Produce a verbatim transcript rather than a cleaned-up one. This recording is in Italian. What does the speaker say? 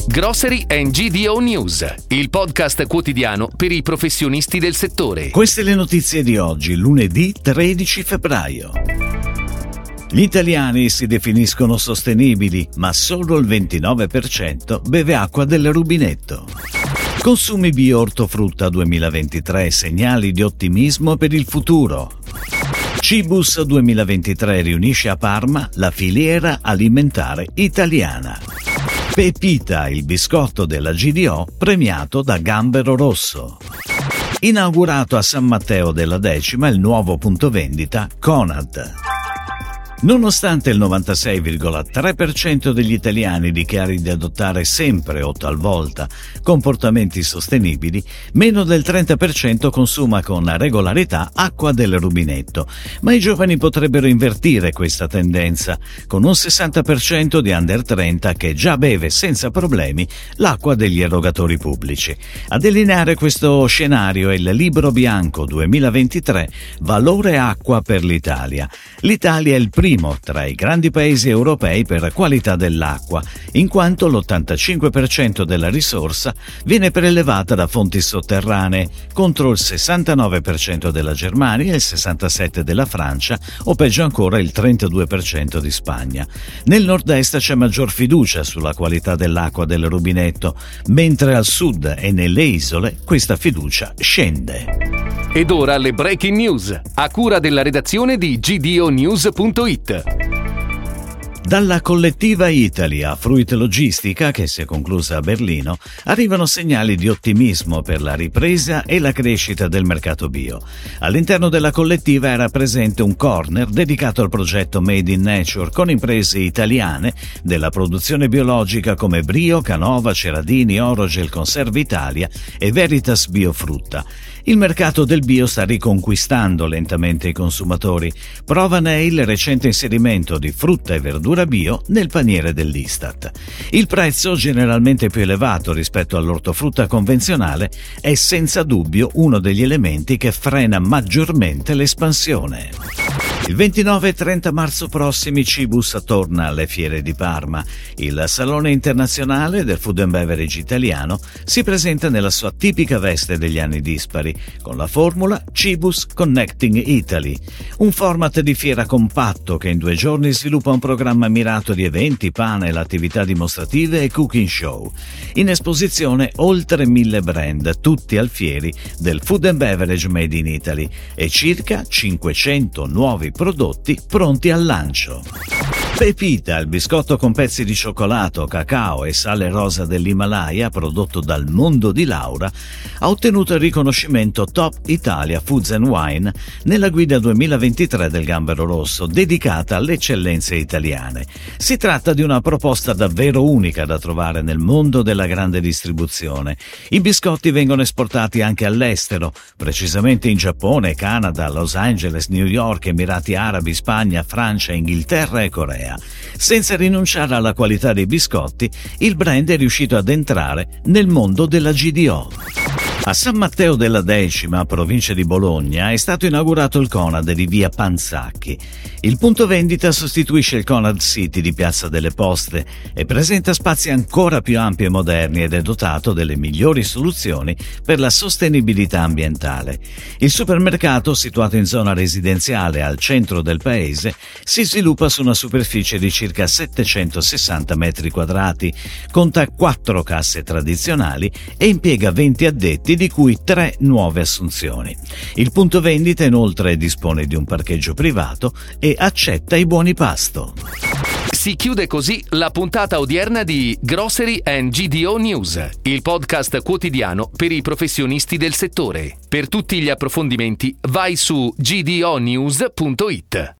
Grocery and G D O News, il podcast quotidiano per i professionisti del settore. Queste le notizie di oggi, lunedì tredici febbraio. Gli italiani si definiscono sostenibili, ma solo il ventinove per cento beve acqua del rubinetto. Consumi bio ortofrutta duemilaventitré, segnali di ottimismo per il futuro. Cibus duemilaventitré riunisce a Parma la filiera alimentare italiana. Pepita, il biscotto della G D O, premiato da Gambero Rosso. Inaugurato a San Matteo della Decima il nuovo punto vendita Conad. Nonostante il novantasei virgola tre per cento degli italiani dichiari di adottare sempre o talvolta comportamenti sostenibili, meno del trenta per cento consuma con regolarità acqua del rubinetto, ma i giovani potrebbero invertire questa tendenza, con un sessanta per cento di under trenta che già beve senza problemi l'acqua degli erogatori pubblici. A delineare questo scenario è il Libro Bianco duemilaventitré Valore acqua per l'Italia. L'Italia è il primo tra i grandi paesi europei per qualità dell'acqua, in quanto l'ottantacinque per cento della risorsa viene prelevata da fonti sotterranee, contro il sessantanove per cento della Germania, il sessantasette per cento della Francia o peggio ancora il trentadue per cento di Spagna. Nel nord-est c'è maggior fiducia sulla qualità dell'acqua del rubinetto, mentre al sud e nelle isole questa fiducia scende. Ed ora le breaking news, a cura della redazione di G D O News punto it. Dalla collettiva Italy a Fruit Logistica, che si è conclusa a Berlino, arrivano segnali di ottimismo per la ripresa e la crescita del mercato bio. All'interno della collettiva era presente un corner dedicato al progetto Made in Nature con imprese italiane della produzione biologica come Brio, Canova, Ceradini, Orogel Conserve Italia e Veritas Biofrutta. Il mercato del bio sta riconquistando lentamente i consumatori. Prova ne è il recente inserimento di frutta e verdura bio nel paniere dell'Istat. Il prezzo, generalmente più elevato rispetto all'ortofrutta convenzionale, è senza dubbio uno degli elementi che frena maggiormente l'espansione. Il ventinove e trenta marzo prossimi Cibus torna alle fiere di Parma. Il Salone Internazionale del Food and Beverage italiano si presenta nella sua tipica veste degli anni dispari, con la formula Cibus Connecting Italy, un format di fiera compatto che in due giorni sviluppa un programma mirato di eventi, panel, attività dimostrative e cooking show. In esposizione oltre mille brand, tutti alfieri del Food and Beverage Made in Italy e circa cinquecento nuovi prodotti pronti al lancio. Pepita, il biscotto con pezzi di cioccolato, cacao e sale rosa dell'Himalaya prodotto dal Mondo di Laura, ha ottenuto il riconoscimento Top Italia Foods and Wine nella guida duemilaventitré del Gambero Rosso, dedicata alle eccellenze italiane. Si tratta di una proposta davvero unica da trovare nel mondo della grande distribuzione. I biscotti vengono esportati anche all'estero, precisamente in Giappone, Canada, Los Angeles, New York, Emirati Arabi, Spagna, Francia, Inghilterra e Corea. Senza rinunciare alla qualità dei biscotti, il brand è riuscito ad entrare nel mondo della G D O. A San Matteo della Decima, provincia di Bologna, è stato inaugurato il Conad di via Panzacchi. Il punto vendita sostituisce il Conad City di Piazza delle Poste e presenta spazi ancora più ampi e moderni ed è dotato delle migliori soluzioni per la sostenibilità ambientale. Il supermercato, situato in zona residenziale al centro del paese, si sviluppa su una superficie di circa settecentosessanta metri quadrati, conta quattro casse tradizionali e impiega venti addetti, di cui tre nuove assunzioni. Il punto vendita inoltre dispone di un parcheggio privato e accetta i buoni pasto. Si chiude così la puntata odierna di Grocery and G D O News, il podcast quotidiano per i professionisti del settore. Per tutti gli approfondimenti vai su G D O News punto it.